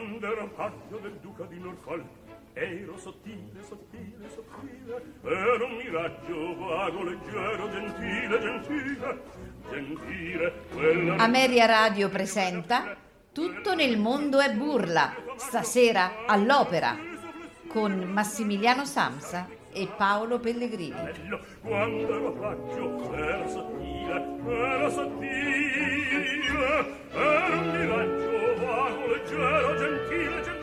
quando ero paggio del duca di Norfolk, ero sottile, sottile, sottile, ero un miraggio vago, leggero, gentile, gentile, gentile. Quella... Ameria Radio presenta Tutto nel mondo è burla, stasera all'Opera, con Massimiliano Samsa e Paolo Pellegrini. Quando ero paggio, ero sottile, ero un miraggio vago, leggero, gentile, gentile.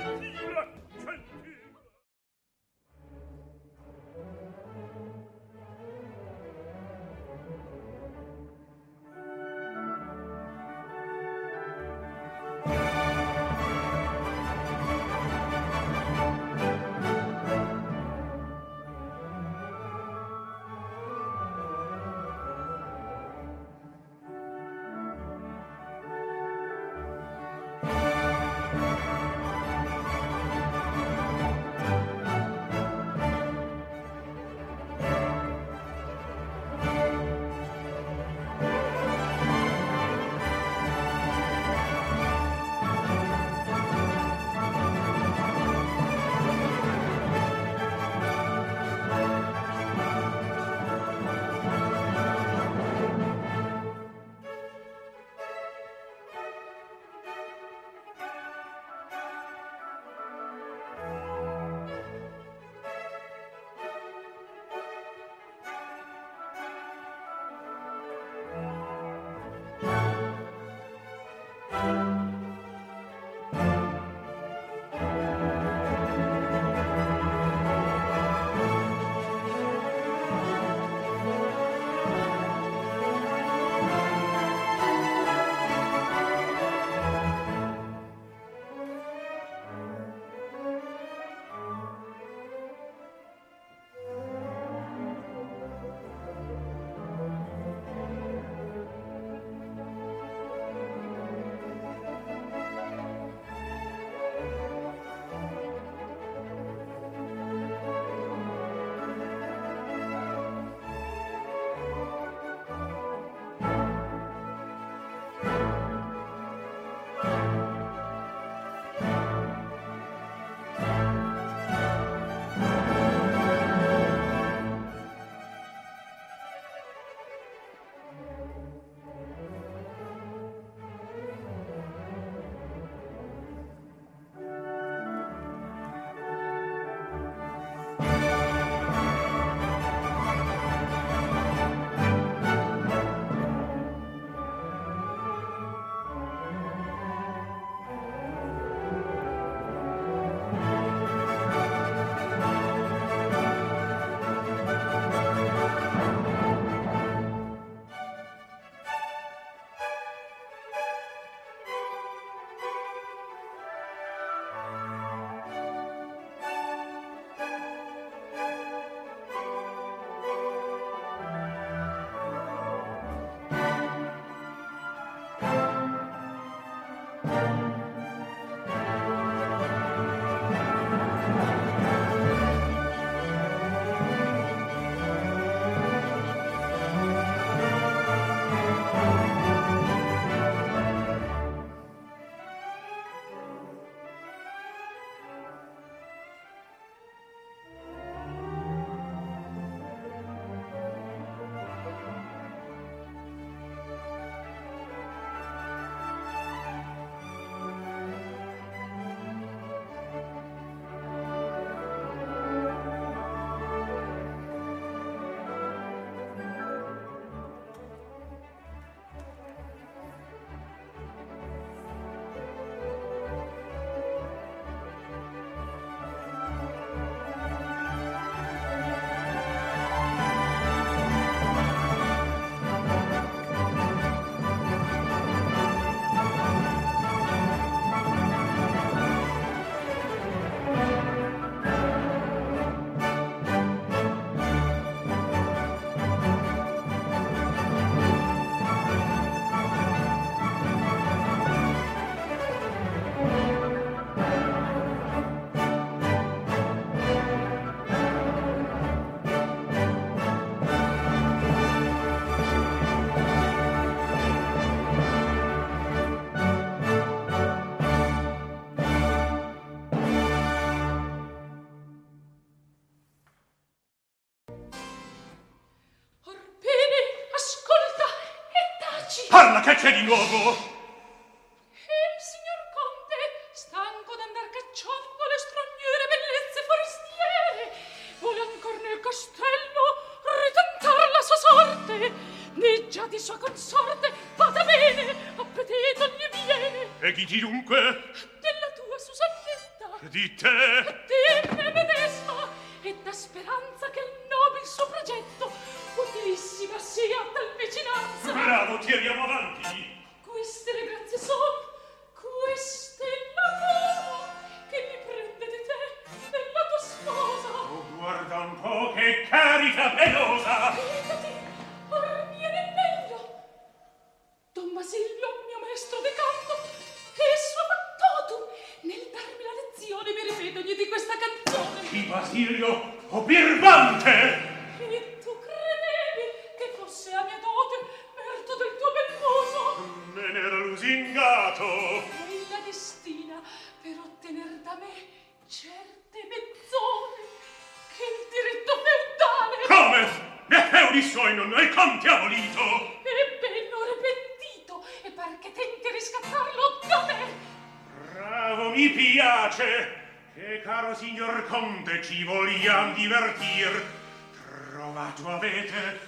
Parla, che c'è di nuovo? Il signor Conte, stanco d'andar cacciando le straniere bellezze forestiere, vuole ancor nel castello ritentar la sua sorte. Né già di sua consorte vada bene, appetito gli viene. E chi dunque? Della tua Susannetta. Di te? Di me medesma. E da speranza che il nobile suo progetto utilissima sia a tal vicinanza. Bravo, tiriamo avanti. Queste le grazie son, queste l'amore che mi prende di te, della tua sposa. Oh, guarda un po' che carica pelosa. Vedati, or viene meglio. Don Basilio, mio maestro de canto, che suo fattotum nel darmi la lezione mi ripete ogni di questa canzone. Chi Basilio o birbante? E tu credevi che fosse a mia dote merito del tuo bel muso? Me n'era lusingato. E la destina per ottener da me certe mezzone che il diritto feudale. Come? Ne feudi suoi non hai conti abolito. E ben ho repentito e par che tenti riscattarlo da me. Bravo, mi piace. Che caro signor Conte ci vogliam divertir. Trovato avete.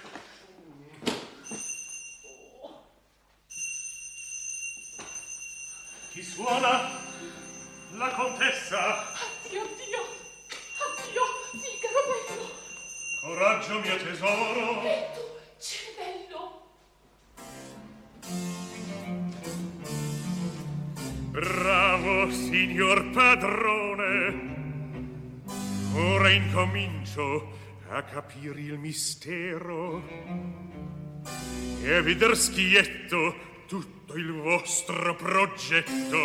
Chi suona? La contessa. Addio, addio, addio, Figaro bello. Coraggio, mio tesoro. E tu, cervello. Bravo, signor padrone. Ora incomincio a capire il mistero e a veder schietto tutto il vostro progetto.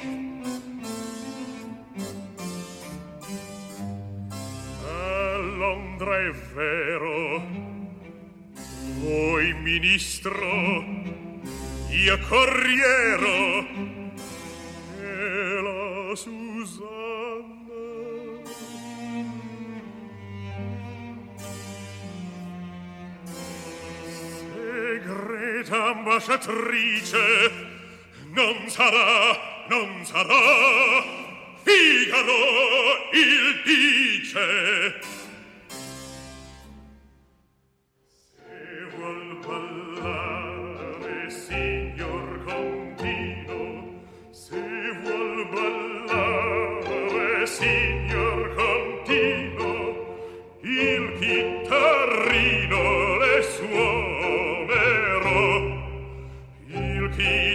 A Londra è vero, voi ministro, io corriero e la Susanna. Segreta ambasciatrice non sarà, non sarà. Figaro il dice. Se vuol ballare, signor Contino, se vuol ballare, signor Contino, il chitarrino le suonerò, il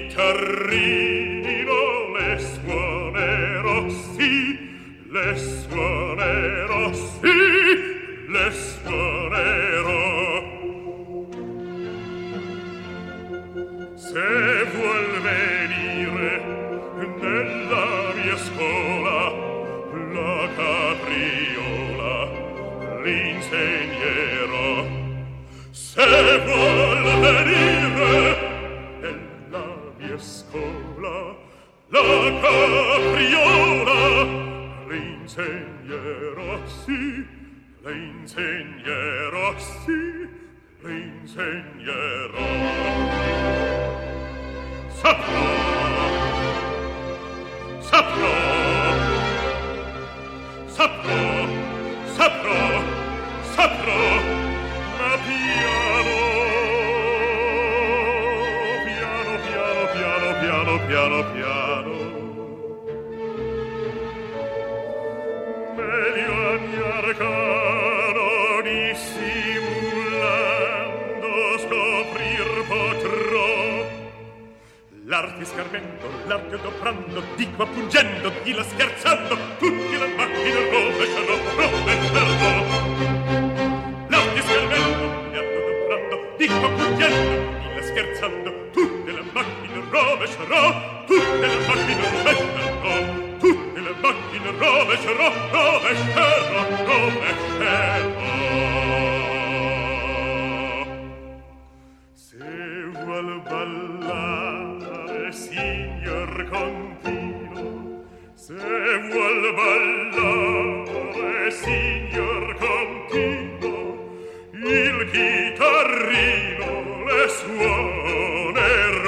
chitarrino le suonerò, sì, le suonerò, sì, le suonerò. Se vuol venire nella mia scuola la capriola l'insegnerò. Se vuol venire nella mia scuola la capriola l'insegnerò, sì, le insegnerò, sì, le insegnerò. Saprò, saprò, saprò, saprò, saprò, ma piano, piano, piano, piano, piano, piano, piano. Meglio a mio arcano dissimulando scoprir potrò l'arte scarmendo, l'arte adoprando, di qua pungendo, di là scherzando, tutti la macchina rovescerò, rovescerò. L'arte scarmendo, l'arte adoprando, di qua pungendo, di là scherzando, tutte le macchine rovescerò, tutte le macchine rovescerò, tutte le macchine rovescerò, rovescerò, rovescerò. Se vuol ballare, signor Contino, se vuol ballare, signor Contino, il chitarrino le suonerò,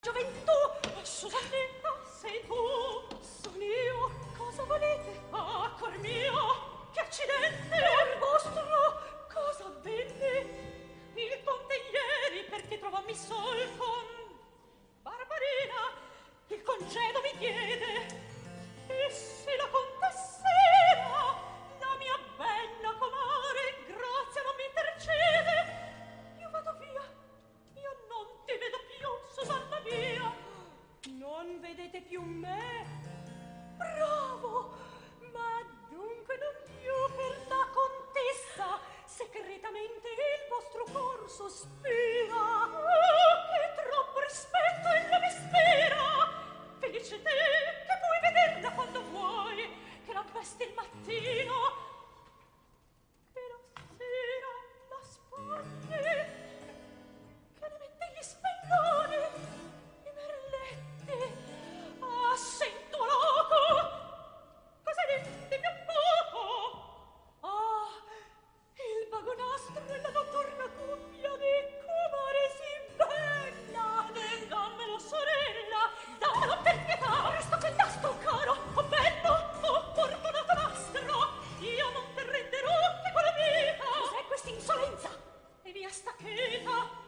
gioventù. Susannetta, sei tu? Son io. Cosa volete? Ah, cor mio, che accidente! Cor vostro, cosa avvenne? Il conte ieri perché trovammi sol con Barbarina, il congedo mi chiede. E se la contessina, la mia bella comare, grazia non mi intercede, io vado via, io non ti vedo più, Susanna mia. Non vedete più me? Bravo! Ma dunque non più per la contessa, segretamente il vostro cor sospira. Oh, che troppo rispetto ella mi spera! Felice te, che puoi vederla quando vuoi, che la veste il mattino e la sera la spoglie, che ne mette gli spelloni, i merletti. Ah, sento loco! Cosa dici? Dimmi un poco! Ah, il vagonastro e la notturna cuffia di comare si bella! Dammelo, sorella! Dammelo per pietà! Resta quel tasto, caro! Oh, bello! Oh, fortunato nastro! Io non te renderò che quella vita! Cos'è questa insolenza? E via staccheta!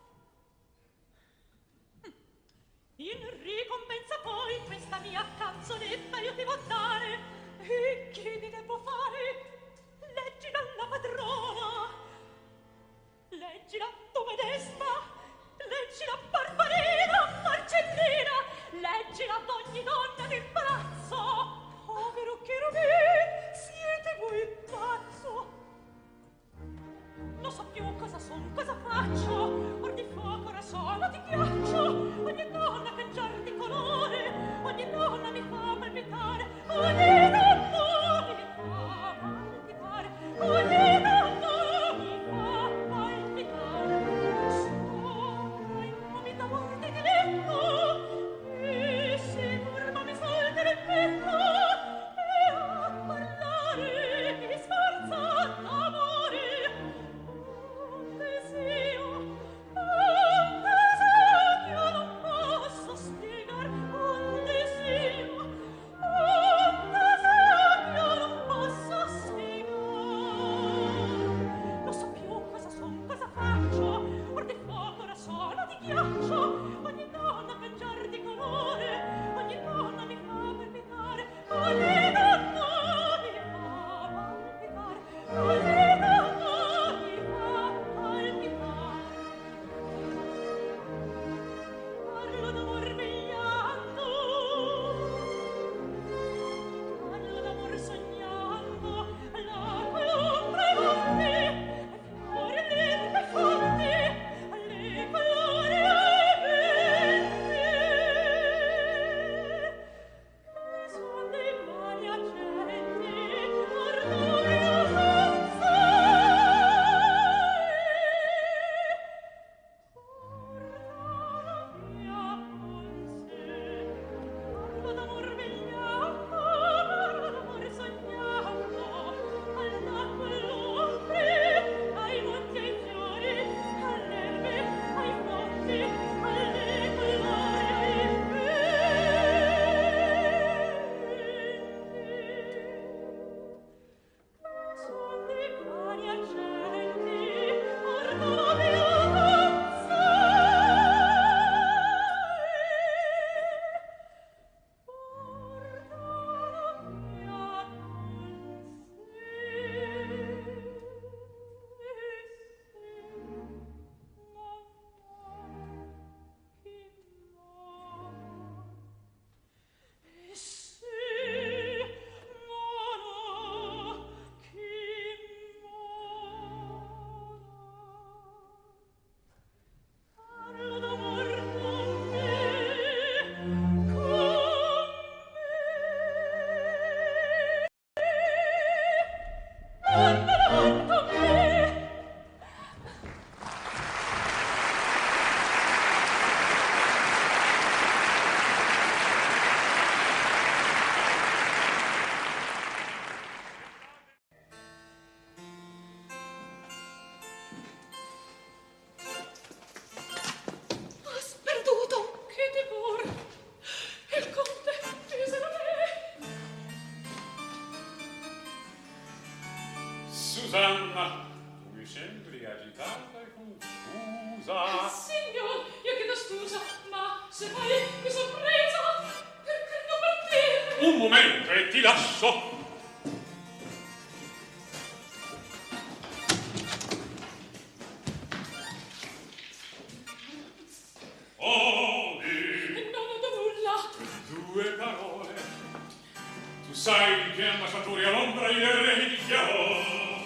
In ricompensa poi questa mia canzonetta io ti vo' dare. E che ti devo fare? Leggila alla padrona, leggila tu medesima, leggila Barbarina, Marcellina, leggila ad ogni donna del palazzo. Povero Cherubè, siete voi pazzo. Non so più cosa son, cosa faccio, or di fuoco ora sono, ti piaccio. Ogni donna cangiar di colore, ogni donna mi fa palpitare, ogni donna mi fa palpitare, ogni donna mi fa palpitare. Sono in momi d'amor di diletto, e si curva mi salta nel petto, e a parlare mi sforza d'amore. Un desio che io non posso spiegar, un desio che io non posso spiegar. Non so più cosa son, cosa faccio, or di fuoco ora sono di ghiaccio. Ogni donna cangiar di colore, ogni donna mi fa palpitare, ogni donna mi fa palpitare, ogni donna mi fa palpitare. Parlo d'amor vegliando, parlo d'amor sognando, l'acqua e l'ombra e monti, ai fiori alle erbe fonti, alle colore ai Un momento e ti lascio. Non vedo nulla. Due parole. Tu sai che ambasciatori all'ombra il re dichiarò.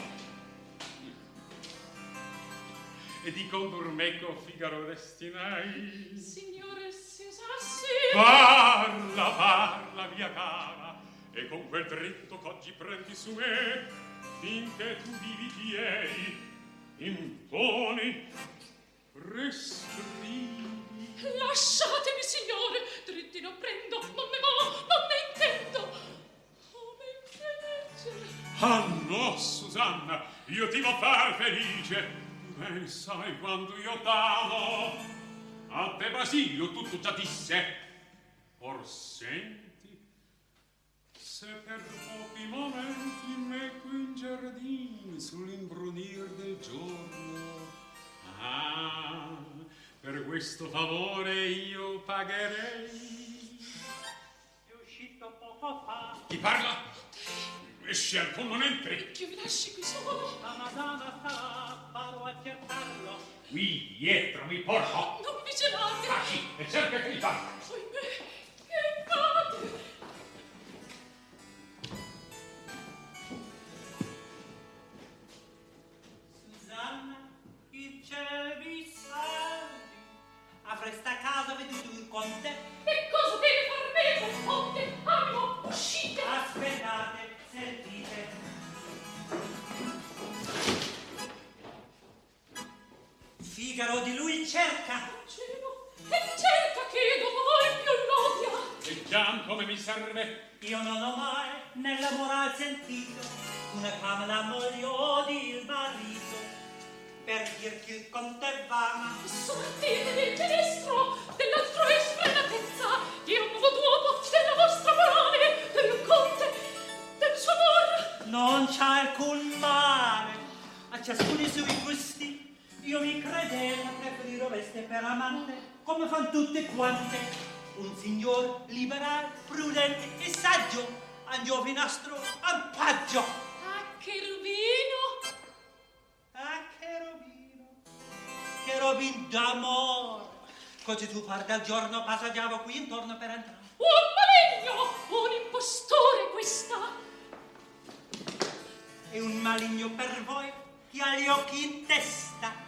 E di Condurmeco Figaro destinai. Signore, si usassi. Parla, mia cara, e con quel dritto ch'oggi prendi su me, finché tu vivi piedi, imponi, rescrivi. Lasciatemi, signore, dritti non prendo, non ne vo, non ne intendo. Come leggere? Ah no, Susanna, io ti vo far felice. Ben sai quando io t'amo. A te Basilio tutto già disse. Or senti, se per pochi momenti metto in giardin sull'imbrunir del giorno, per questo favore io pagherei. È uscito poco fa. Chi parla? Esci alcun momento. Che vi lasci qui solo. La madama sarà, farò a cercarlo. Qui dietro mi porto. Non vi gelate. Taci e cerca che li parla. Ohimè, che fate? Susanna, il cieli salvi. Avreste a casa veduto il conte? E cosa deve far me quel conte? Animo, uscite. Aspettate, sentite. Figaro di lui cerca. Cielo, e cerca che dopo voi più l'odia. E già come mi serve? Io non ho mai nella moral sentito una camera moglie odi il marito per dir che il conte va. Sortite del destro, dell'altro è sfrenatezza. Io muovo d'uomo della vostra morale, del conte, del suo amor. Non c'è alcun male, a ciascuno i suoi gusti. Io mi credevo preferire veste per amante, come fan tutte quante. Un signor liberal, prudente e saggio, a un giovinastro ampaggio. Ah, cherubino! Ah, cherubino d'amore. Così tu guarda il giorno passeggiavo qui intorno per entrare. Un maligno, un impostore questa. E un maligno per voi che ha gli occhi in testa.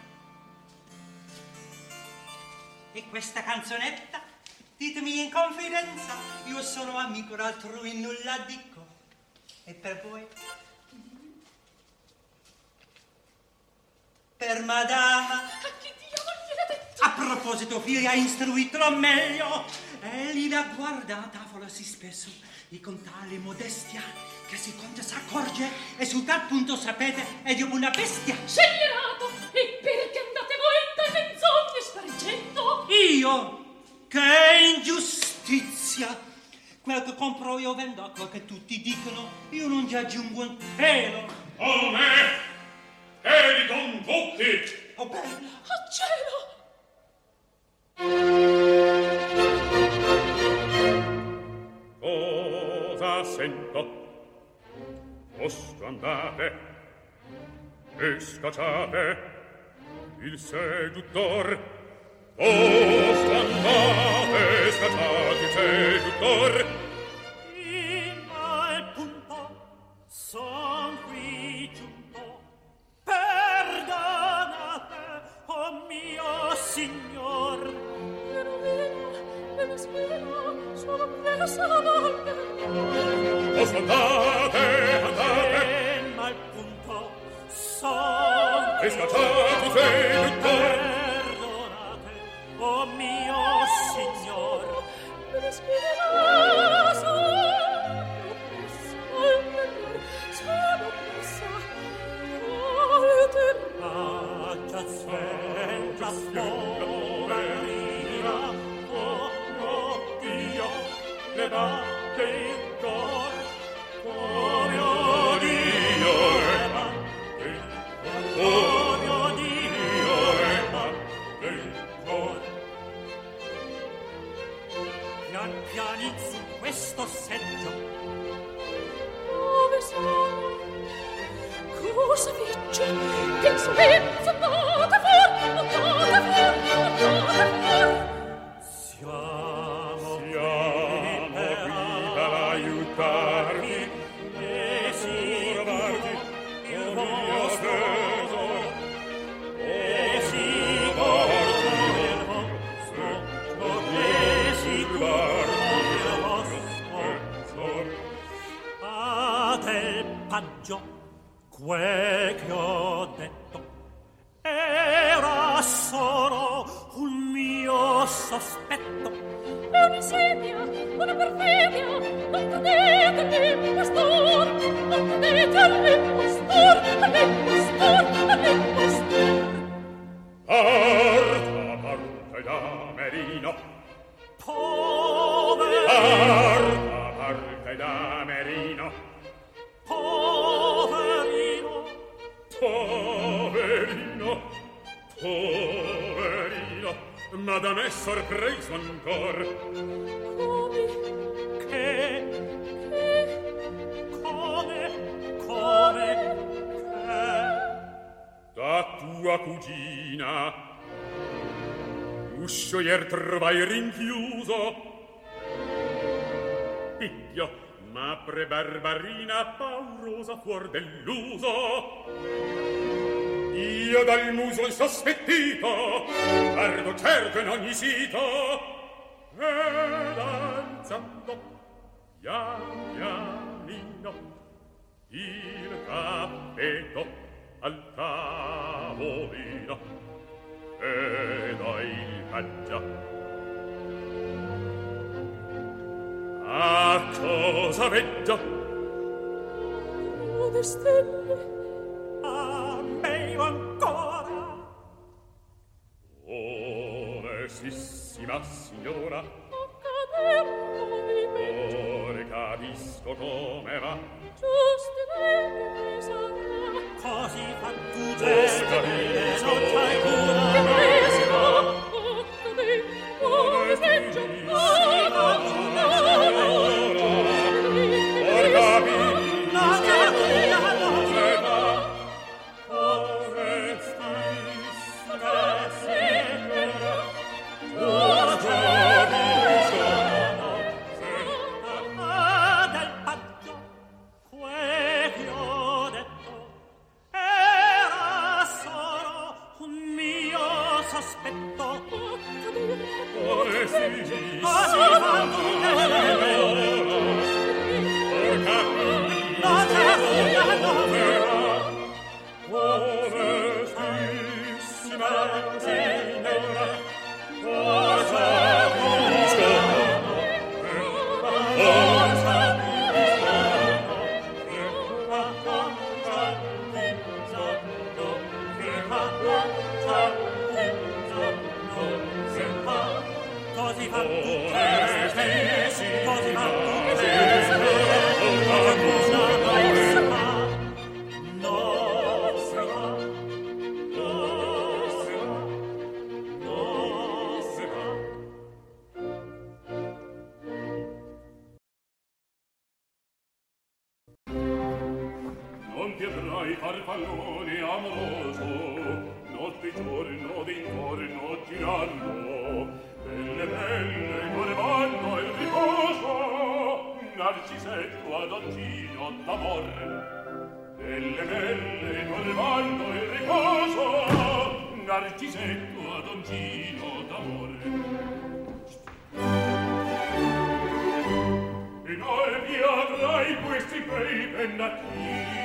E questa canzonetta, ditemi in confidenza, io sono amico d'altrui, nulla dico. E per voi? Per madama. A chi diavolo gliel'ha detto? A proposito, figlia, ha istruito meglio. Egli l'ha guarda a tavola sì spesso, e con tale modestia, che si conte s'accorge, e su tal punto sapete, è di una bestia. Scellerato! E perché andate voi in tal menzogne spargendo? Io? Che ingiustizia! Quel che compro io vendo a quel che tutti dicono, io non ci aggiungo un pelo. Oh me! Eri con tutti! Oh bella! Oh cielo! Cosa sento? Posto andate e scacciate il seduttor. Posto andate e scacciate il seduttor. In mal punto son qui giunto. Perdonate, oh mio signor. Me spero, sono presa volta. Posto andate, andate In mal punto son e scacciate il seduttor. Perdonate, oh mio signor. Me spero, sono presa. Ah, già sveglia, poverina, oh Dio, levate il cor, oh mio Dio, levate il cor, oh mio Dio, levate il cor. pian piani su questo seggio. Dove siamo? Cosa dice? Che insolenza, andate fuori, andate fuori, andate fuori. Siamo qui per aiutarvi e sicuro il vostro quel che ho detto era solo un mio sospetto. È un'insedia, una perfidia, non credete all'impostor, non credete all'impostor, all'impostor, all'impostor. Porta, porta da Merino. Poverino, Porta da Merino. poverino, Poverino, poverino, ma da me sorpreso ancor. Come? come, Da tua cugina l'uscio ier trovai rinchiuso. Picchio, ma pre-barbarina paurosa fuor dell'uso. Io dal muso insospettito guardo certo in ogni sito ed alzando pian pianino il tappeto al tavolino vedo il paggia. A cosa veggio? Le stelle. ameio ancora. Onestissima signora, Accademmo ora capisco come va. giusti lei sarà. Così fa tu Giusto, gente, non c'hai cura. Che resimo, accademmo, veggio, del paggio, quel che ho detto era solo un mio sospetto. Onestissima Così fa tutte le non c'è nulla, non Onestissima signora, cosa così fa così fa non ti avrai farfallone amoroso, notte e giorno d'intorno girando, belle belle torvando il riposo, Narcisetto ad oncino d'amor. Belle belle torvando il riposo, Narcisetto ad oncino d'amor. E noi vi avrai questi bei pennacchi,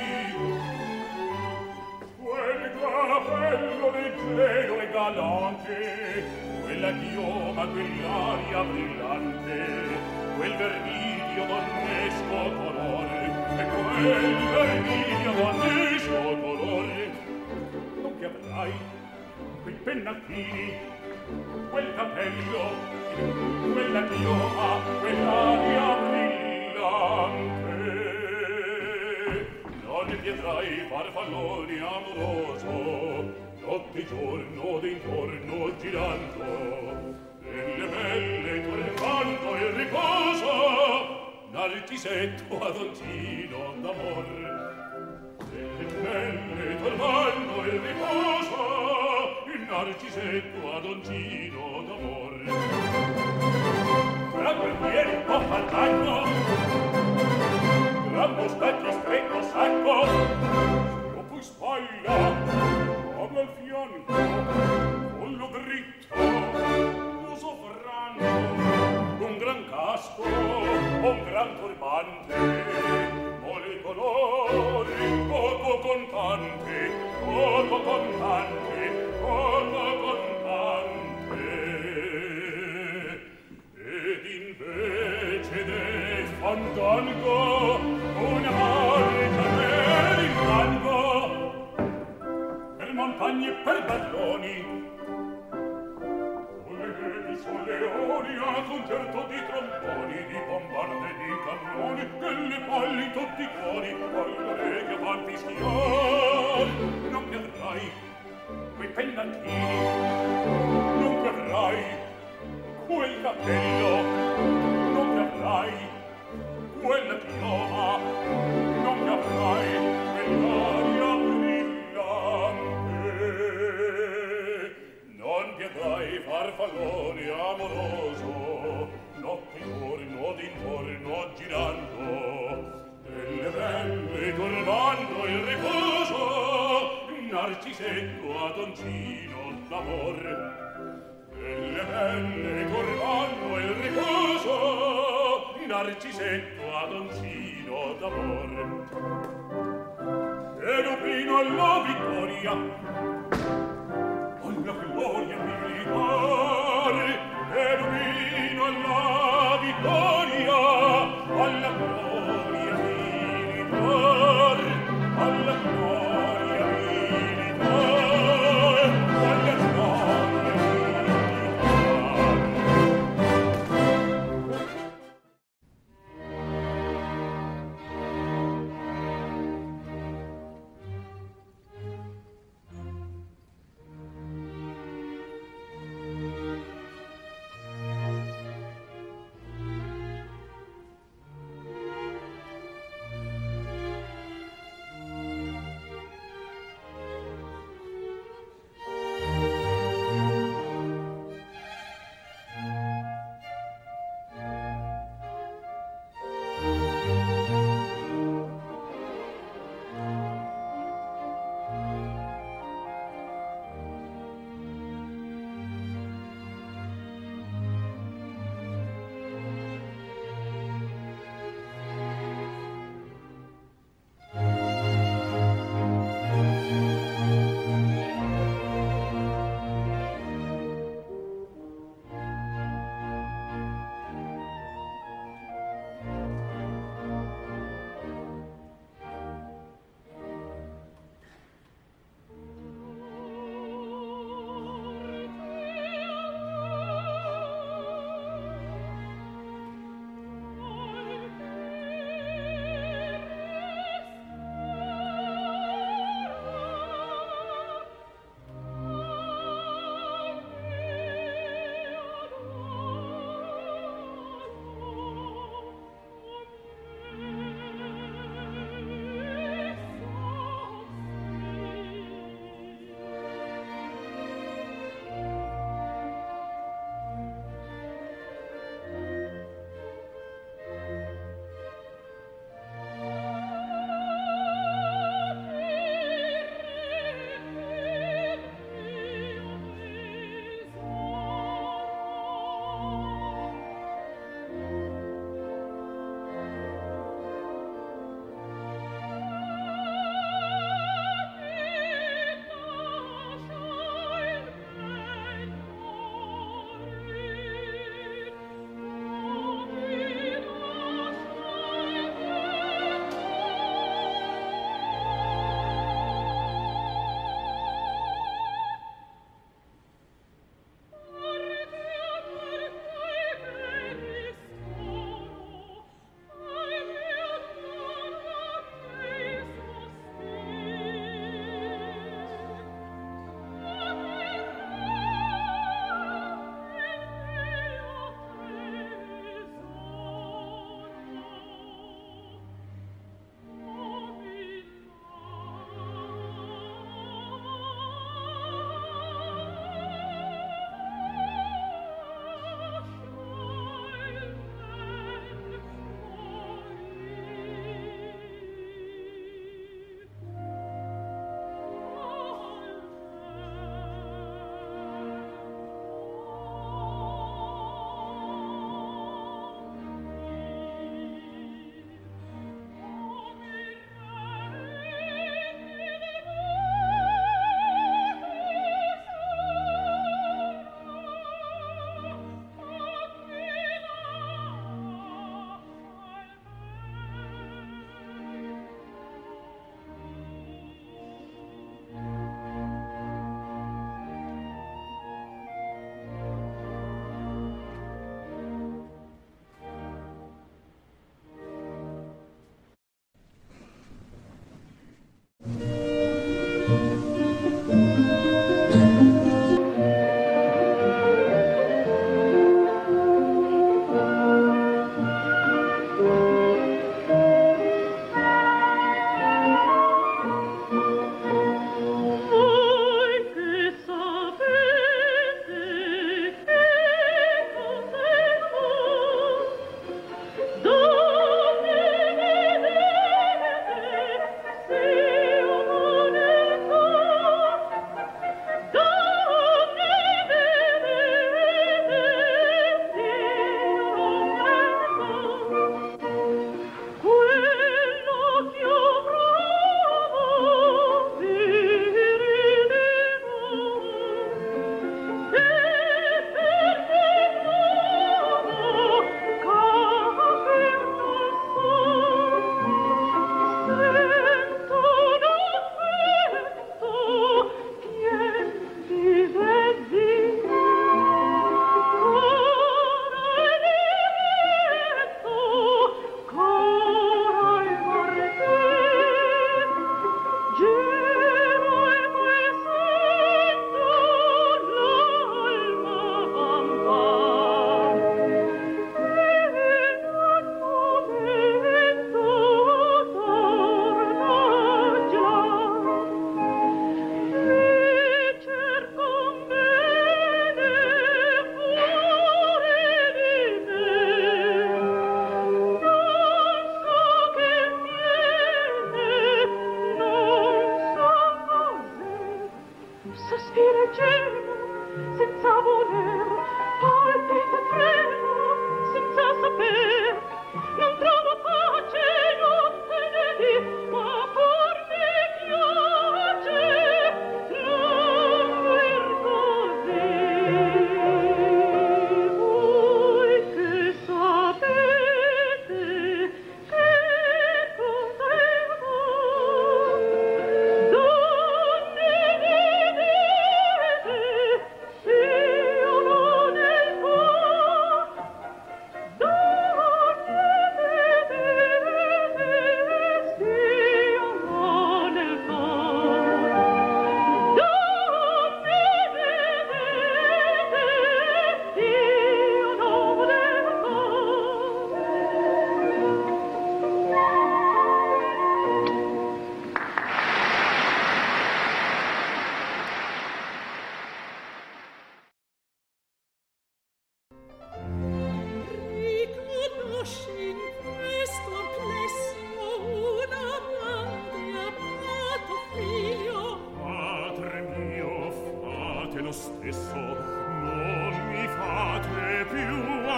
quel capello leggero e galante, quella chioma, quell'aria brillante, quel vermiglio donnesco colore, e quel vermiglio donnesco colore. Non che avrai quei pennacchini, quel capello, quella chioma, quell'aria brillante. Non ne pietrai farfalloni amoroso, notte e giorno d'intorno girando, delle belle tornando il ricordo. Narcisetto adoncino d'amor, delle belle tornando il riposo, il Narcisetto adoncino d'amor. Gran guerrieri un po' faltanno, gran moschetto stretto sacco, io poi spalla, come al fianco, collo dritto, muso franco, un gran casco, un gran turbante, mole colori, poco contante, poco contante, poco contante. Ed invece del fandango, una marca per il rango, per montagne e per balloni, leoni a concerto di tromboni, di bombarde e di cannoni, che le palli tutti i cuori, poi l'orecchio fan fischiar. Non mi avrai quei pennantini, non mi avrai quel cappello, non mi avrai quella chioma, non mi avrai quell'aria brillante. Non ti avrai farfallone amoroso, notte in giorno d'intorno girando, delle belle turbando il riposo, Narcisetto adoncino d'amor. Delle belle turbando il riposo, Narcisetto adoncino d'amor. E Lupino alla vittoria, alla gloria militare, e Lupino alla vittoria, alla gloria militare, alla gloria militare, alla gloria militare.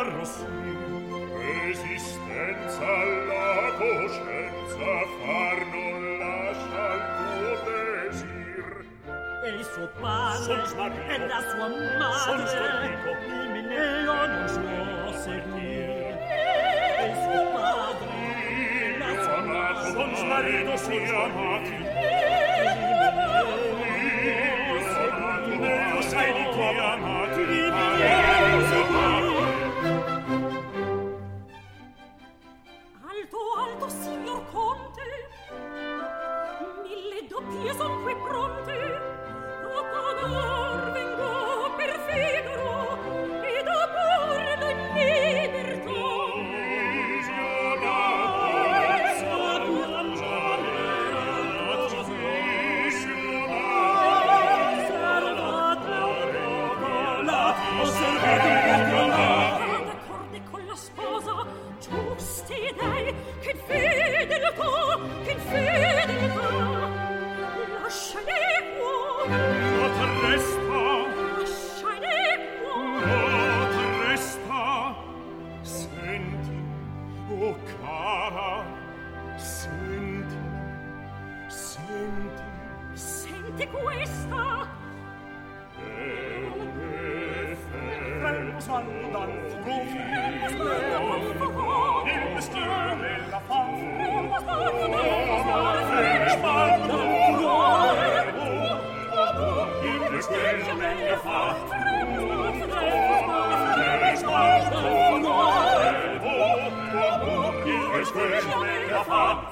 arrossir. Resistenza alla coscienza far non lascia il tuo desir. E il suo padre e la sua madre il Meneo non può seguire. E il suo padre e la sua madre son smarrito si amati. Io sai di tuo amati. Alto, alto, signor Conte, 1000 doppie son qui pronte. A pagar vengo per Figaro ed a porlo in libertà. D'accordo con la sposa, giusti dei, che fedeltà, che fedeltà. Lasciane qua. No t'arresta. Lasciane qua. No t'arresta. Senti, oh cara, senti, senti. Senti questa. Il mestiere della fame. Il mestiere della fame. Il mestiere della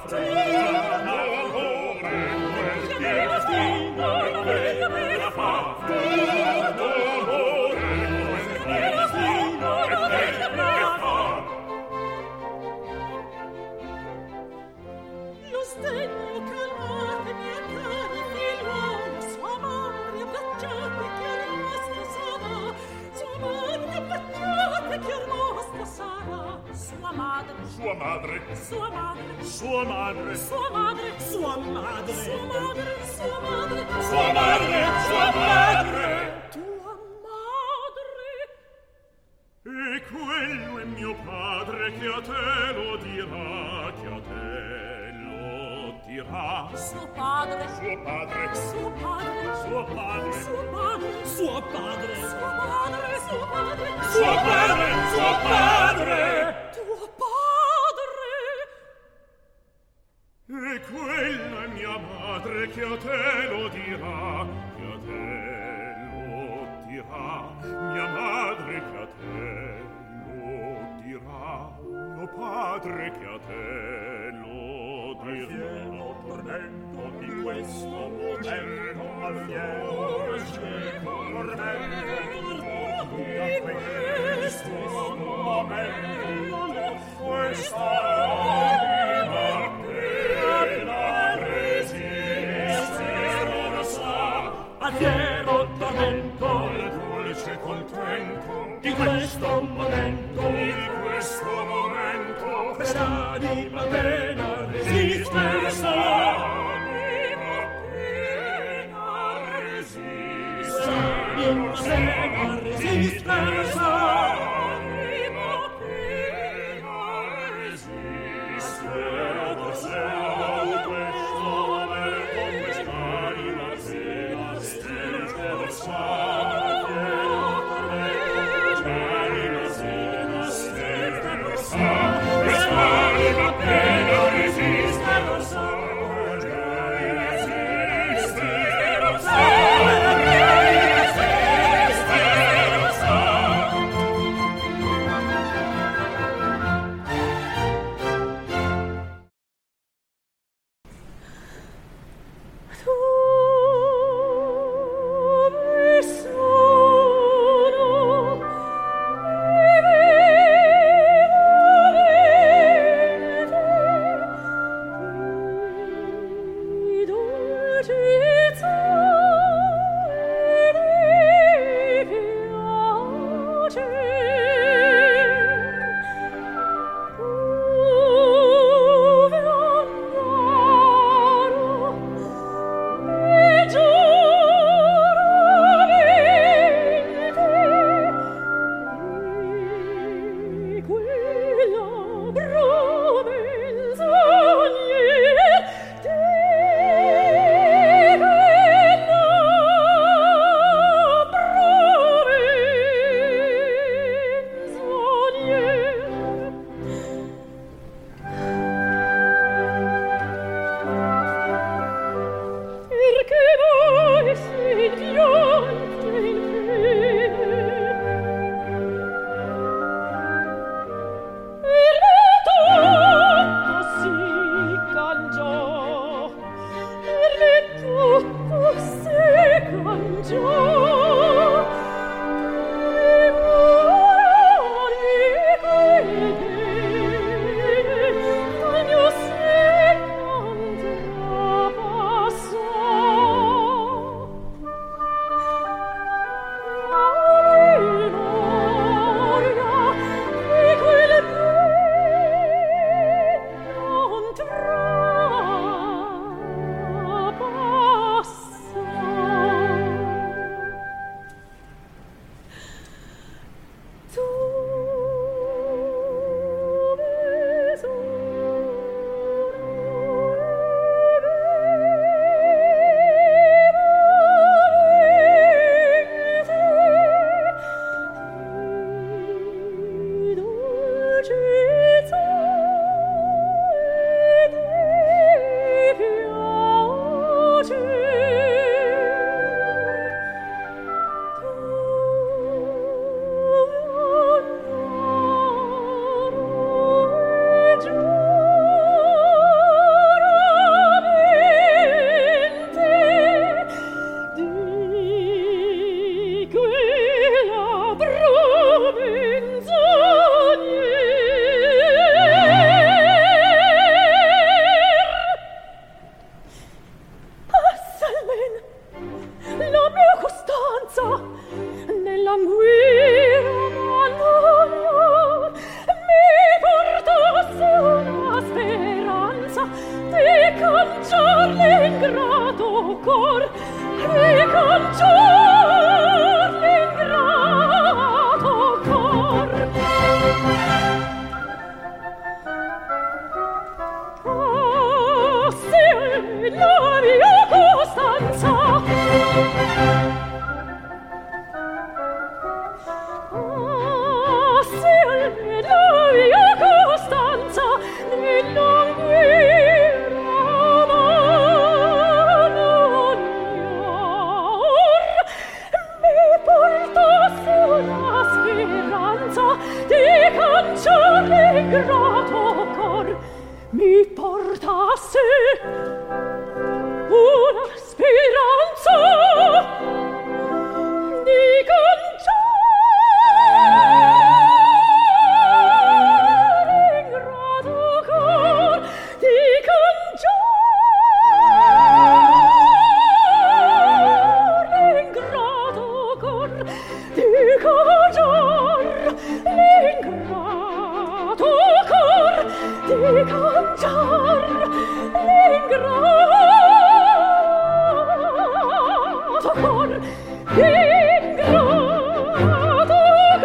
Lo sdegno calate mia cara figliuola, sua madre abbracciate che ormai stasera, sua madre abbracciate che ormai stasera, sua madre, sua madre, sua madre, sua madre, sua madre, sua madre sua madre, sua madre, sua madre, sua madre. tua madre. E quello è mio padre che a te lo dirà, che a te lo dirà. Suo padre, Suo padre, suo padre, suo padre, suo padre, suo padre suo padre, suo padre, suo padre, suo padre. tuo padre. E quella è mia madre che a te lo dirà, che a te lo dirà. Mia madre che a te lo dirà, mio padre che a te lo dirà. Fiero tormento di questo momento, al fiero tormento di questo momento, questa anima appena resiste non sa. Al fiero tormento, il dolce contento di questo momento, quest'anima appena resiste sa. Quest'anima appena l'ingrato cor mi porta a sé una speranza di cangiare l'ingrato cor, di cangiare l'ingrato cor, di cangiare l'ingrato cor, di cangiare l'ingrato cor, l'ingrato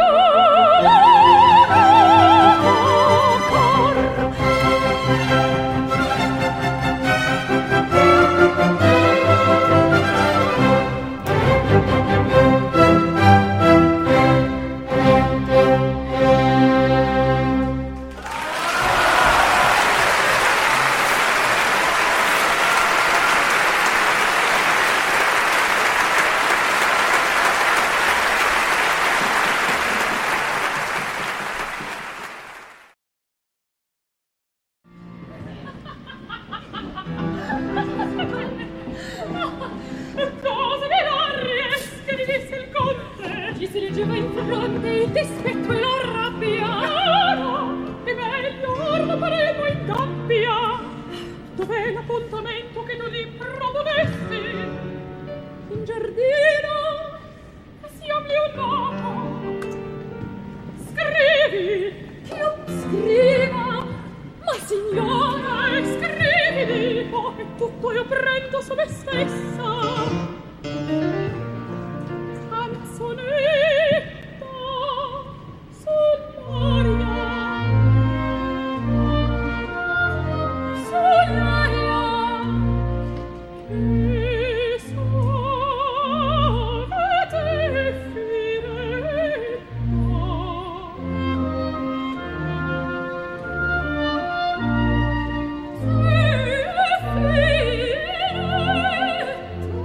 cose dell'arriesche mi disse il conte, ci si leggeva in fronte il dispetto e la rabbia. No, è meglio orlo faremo in gabbia. Dov'è l'appuntamento che tu lì proponesti? In giardino siamo leonato. Scrivi, io scriva, ma signora, scrivi, dico, e tutto io prendo su me stessa. Canzonetta sull'aria, sull'aria che suavete firetta. Firetta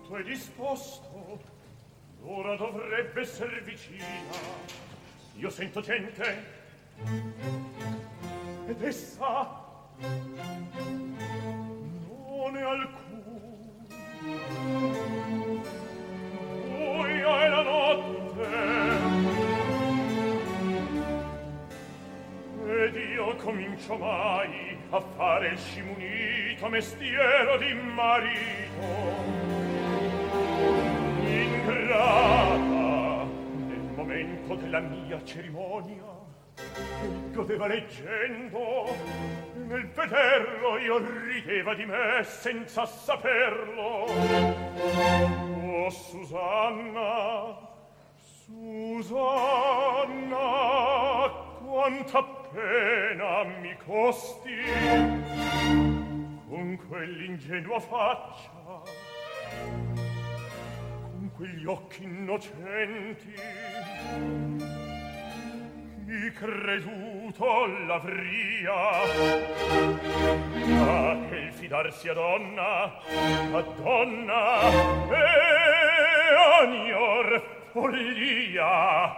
tutto è disposto, l'ora dovrebbe esser vicina. Io sento gente, ed essa non è alcun. Buia è la notte, ed io comincio mai a fare il scimunito mestiero di marito. Ingrata, nel momento della mia cerimonia, che godeva leggendo, nel vederlo io rideva di me senza saperlo. Oh, Susanna, Susanna, quanta pena mi costi con quell'ingenua faccia, con quegli occhi innocenti. Chi creduto l'avria che il fidarsi a donna è ognor follia.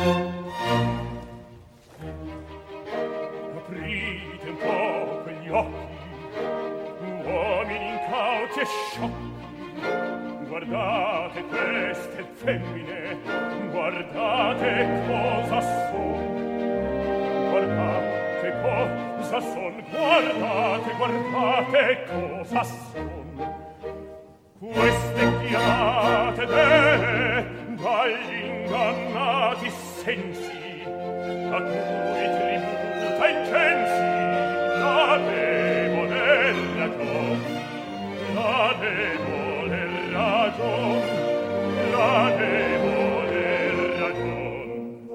Aprite un po' quegli occhi, uomini incauti e sciocchi, guardate queste femmine, guardate cosa son, guardate cosa son, guardate, guardate cosa son. Queste chiamate dagli ingannati sensi, a cui tributa incensi la debole ragion, la debole ragion, la debole ragion.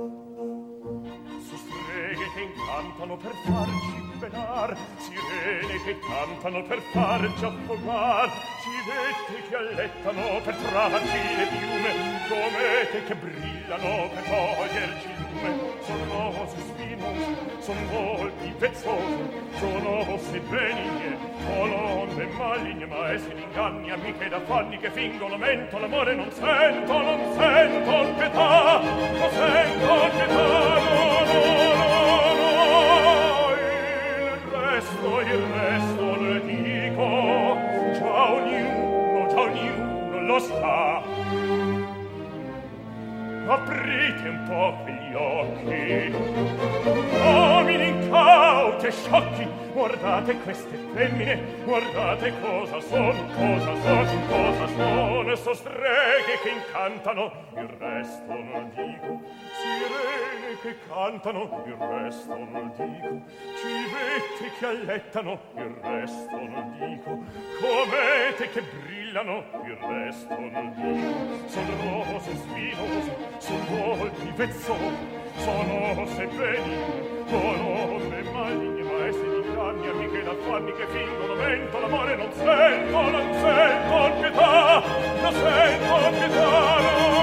Su streghe che incantano per farci benar, sirene che cantano per farci affogar, civette che allettano per trarci le piume, comete che brillano per toglierci il lume. Son rose spinose, son volpi vezzose, sono osse benigne, colonne maligne, ma esse l'inganni, amiche ed affanni che fingono mento, l'amore non sento pietà, non sento pietà, il resto le dico, già ognuno lo sa. Aprite un po' quegli occhi, uomini incauti e sciocchi, guardate queste femmine, guardate cosa son, so streghe che incantano, il resto non dico, sirene che cantano, il resto non dico, civette che allettano, il resto non dico, comete che brillano, il resto non dico, son rose spinose, son volpi vezzosi, sono osse benigne, colonne maligne, ma esse di inganni, amiche ed affanni che fingono mento, l'amore non sento pietà, non sento pietà,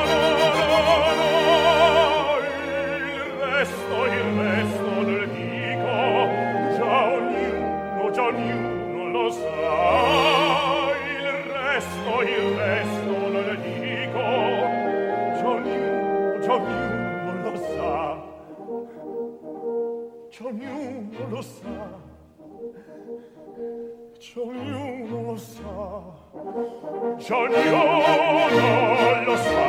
il resto le dico, già ognuno lo sa, il resto le dico, già ognuno lo sa, già ognuno lo sa, già ognuno lo sa, già ognuno lo sa.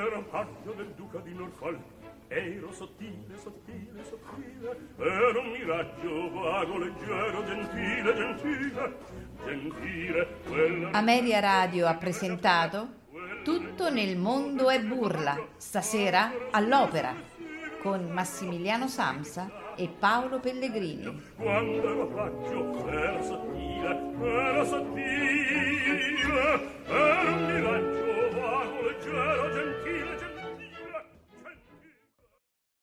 era paggio del duca di Norfolk. Ero sottile, sottile, sottile, era un miraggio vago, leggero, gentile, gentile, gentile. Quella... Ameria Radio ha presentato Tutto nel mondo è burla, stasera all'Opera, con Massimiliano Samsa e Paolo Pellegrini. Quando ero paggio, era sottile,